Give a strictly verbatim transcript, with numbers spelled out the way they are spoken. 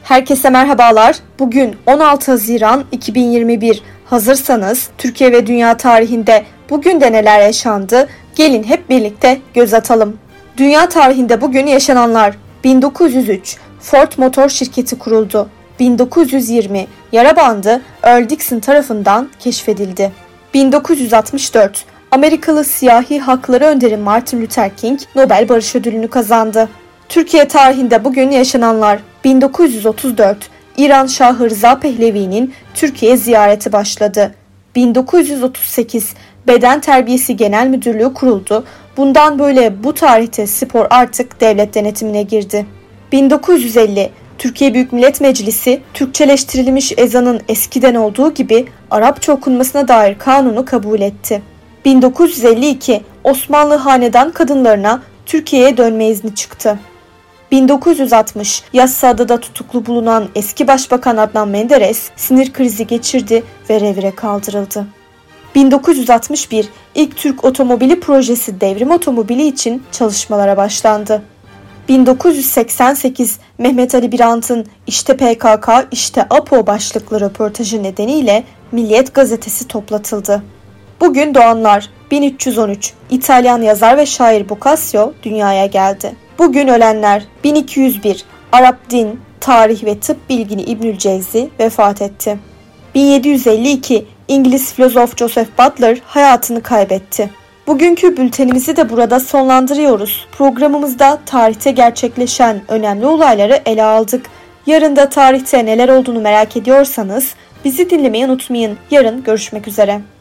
Herkese merhabalar. Bugün on altı Haziran iki bin yirmi bir. Hazırsanız Türkiye ve dünya tarihinde bugün de neler yaşandı? Gelin hep birlikte göz atalım. Dünya tarihinde bugün yaşananlar: bin dokuz yüz üç Ford Motor Şirketi kuruldu. bin dokuz yüz yirmi yara bandı Earl Dixon tarafından keşfedildi. bin dokuz yüz altmış dört Amerikalı siyahi hakları önderi Martin Luther King Nobel Barış Ödülünü kazandı. Türkiye tarihinde bugün yaşananlar: bin dokuz yüz otuz dört İran Şahı Rıza Pehlevi'nin Türkiye ziyareti başladı. bin dokuz yüz otuz sekiz Beden Terbiyesi Genel Müdürlüğü kuruldu. Bundan böyle bu tarihte spor artık devlet denetimine girdi. bin dokuz yüz elli Türkiye Büyük Millet Meclisi, Türkçeleştirilmiş ezanın eskiden olduğu gibi Arapça okunmasına dair kanunu kabul etti. bin dokuz yüz elli iki Osmanlı hanedan kadınlarına Türkiye'ye dönme izni çıktı. bin dokuz yüz altmış Yassıada'da tutuklu bulunan eski Başbakan Adnan Menderes sinir krizi geçirdi ve revire kaldırıldı. bin dokuz yüz altmış bir İlk Türk otomobili projesi devrim otomobili için çalışmalara başlandı. bin dokuz yüz seksen sekiz Mehmet Ali Birant'ın "İşte P K K, işte APO" başlıklı röportajı nedeniyle Milliyet gazetesi toplatıldı. Bugün doğanlar: bin üç yüz on üç İtalyan yazar ve şair Boccaccio dünyaya geldi. Bugün ölenler: bin iki yüz bir Arap din, tarih ve tıp bilgini İbnül Cevzi vefat etti. bin yedi yüz elli iki İngiliz filozof Joseph Butler hayatını kaybetti. Bugünkü bültenimizi de burada sonlandırıyoruz. Programımızda tarihte gerçekleşen önemli olayları ele aldık. Yarın da tarihte neler olduğunu merak ediyorsanız bizi dinlemeyi unutmayın. Yarın görüşmek üzere.